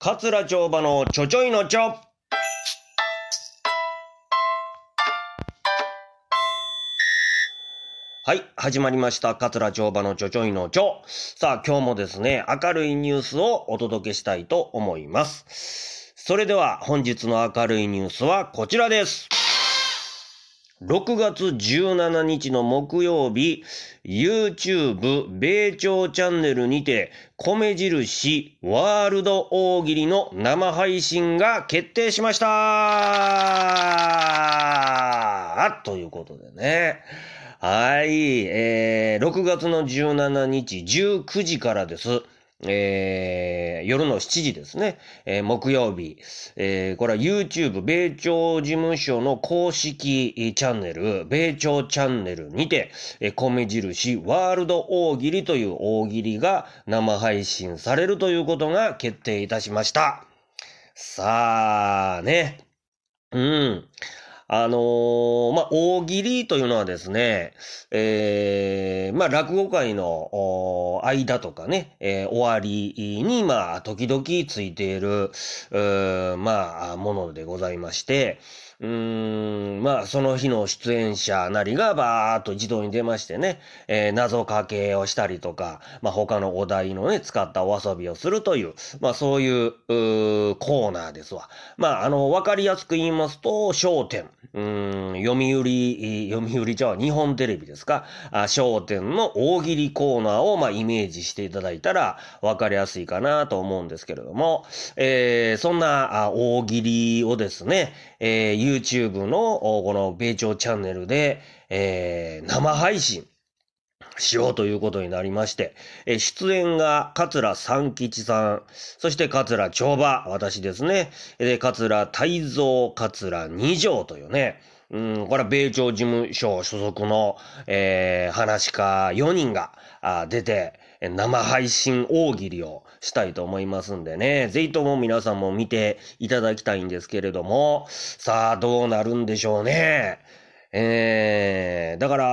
桂町場のちょちょいのちょ。はい、始まりました。桂町場のちょちょいのちょ。さあ、今日もですね、明るいニュースをお届けしたいと思います。それでは本日の明るいニュースはこちらです。6月17日の木曜日、YouTube 米朝チャンネルにて、米印ワールド大喜利の生配信が決定しましたということでね。はい、6月の17日19時からです。夜の7時ですね。木曜日。これは YouTube 米朝事務所の公式チャンネル、米朝チャンネルにて、米印ワールド大喜利という大喜利が生配信されるということが決定いたしました。さあね。大喜利というのはですね、落語会の間とかね、終わりに、時々ついている、ものでございまして、その日の出演者なりがバーっと自動に出ましてね、謎かけをしたりとか、他のお題のね、使ったお遊びをするという、そういうコーナーですわ。わかりやすく言いますと、笑点。読売じゃあ日本テレビですか。笑点の大喜利コーナーをイメージしていただいたらわかりやすいかなと思うんですけれども、そんな大喜利をですね、YouTube のこの米朝チャンネルで、生配信しようということになりまして、出演が桂三吉さん、そして桂長馬、私ですね。桂泰造、桂二条というね、これは米朝事務所所属の、話家4人が出て、生配信大喜利をしたいと思いますんでね、ぜひとも皆さんも見ていただきたいんですけれども、さあどうなるんでしょうね。だから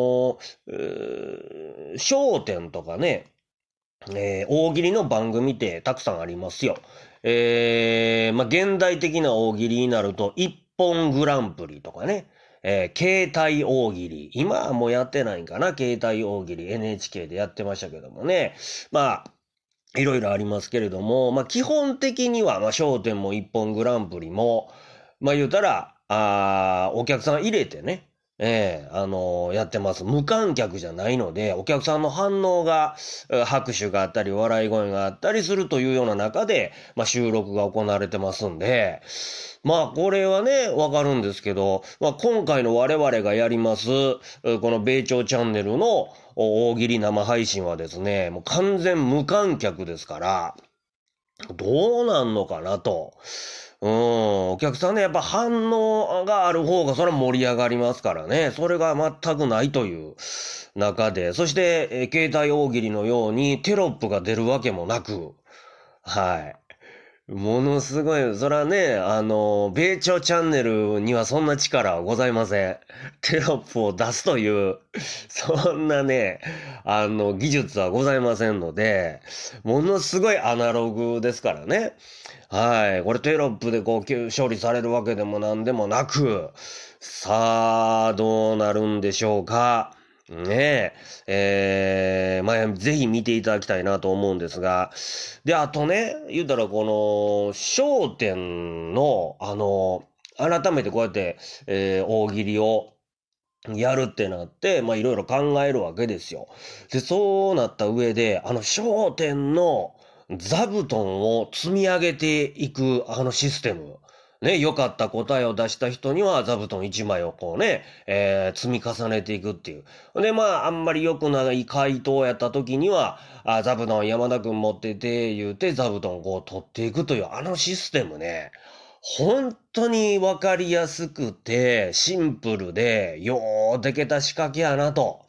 笑点とかね、大喜利の番組ってたくさんありますよ。現代的な大喜利になると、一本グランプリとかね、携帯大喜利。今はもうやってないんかな、携帯大喜利。NHK でやってましたけどもね。いろいろありますけれども、基本的には、笑点も一本グランプリも、言うたら、お客さん入れてね、やってます。無観客じゃないので、お客さんの反応が、拍手があったり、笑い声があったりするというような中で、収録が行われてますんで、これはね、わかるんですけど、今回の我々がやります、この米朝チャンネルの大喜利生配信はですね、もう完全無観客ですから、どうなんのかなと。お客さんね、やっぱ反応がある方がそれは盛り上がりますからね。それが全くないという中で、そして、携帯大喜利のようにテロップが出るわけもなく、はい。ものすごい、そらね、米朝チャンネルにはそんな力はございません。テロップを出すという、そんなね、技術はございませんので、ものすごいアナログですからね。はい。これテロップで処理されるわけでもなんでもなく、さあ、どうなるんでしょうか。ねぜひ見ていただきたいなと思うんですが、で、あとね、言うたらこの、笑点の、改めてこうやって、大喜利をやるってなって、いろいろ考えるわけですよ。で、そうなった上で、笑点の座布団を積み上げていくシステム。ね、良かった答えを出した人には座布団1枚をこうね、積み重ねていくっていう。で、あんまり良くない回答やった時には、座布団山田くん持ってて、言うて座布団をこう取っていくというシステムね。本当にわかりやすくて、シンプルで、ようでけた仕掛けやなと。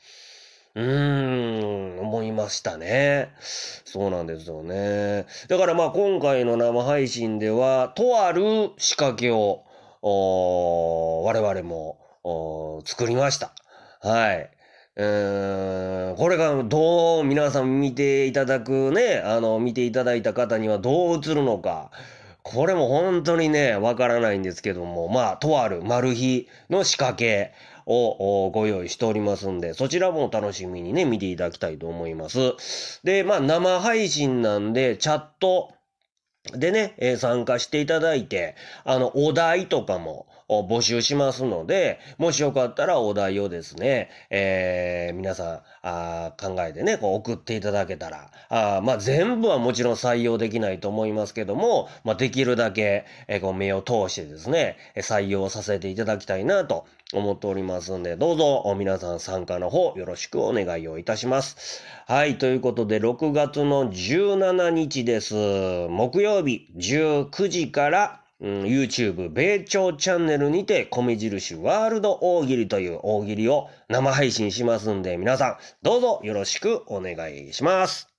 思いましたね。そうなんですよね。だから今回の生配信では、とある仕掛けを、我々も作りました。はい。 これがどう皆さん見ていただくね、見ていただいた方にはどう映るのか、これも本当にね、わからないんですけども、まあ、とあるマル秘の仕掛けをご用意しておりますんで、そちらも楽しみにね、見ていただきたいと思います。で、まあ、生配信なんで、チャット、でね、参加していただいて、お題とかも募集しますので、もしよかったらお題をですね、皆さん考えてね、こう送っていただけたら、まあ全部はもちろん採用できないと思いますけども、まあできるだけ、こう目を通してですね、採用させていただきたいなと思っておりますんで、どうぞ皆さん参加の方よろしくお願いをいたします。はい、ということで6月の17日です。木曜日19時から、YouTube 米朝チャンネルにて米印ワールド大喜利という大喜利を生配信しますんで、皆さんどうぞよろしくお願いします。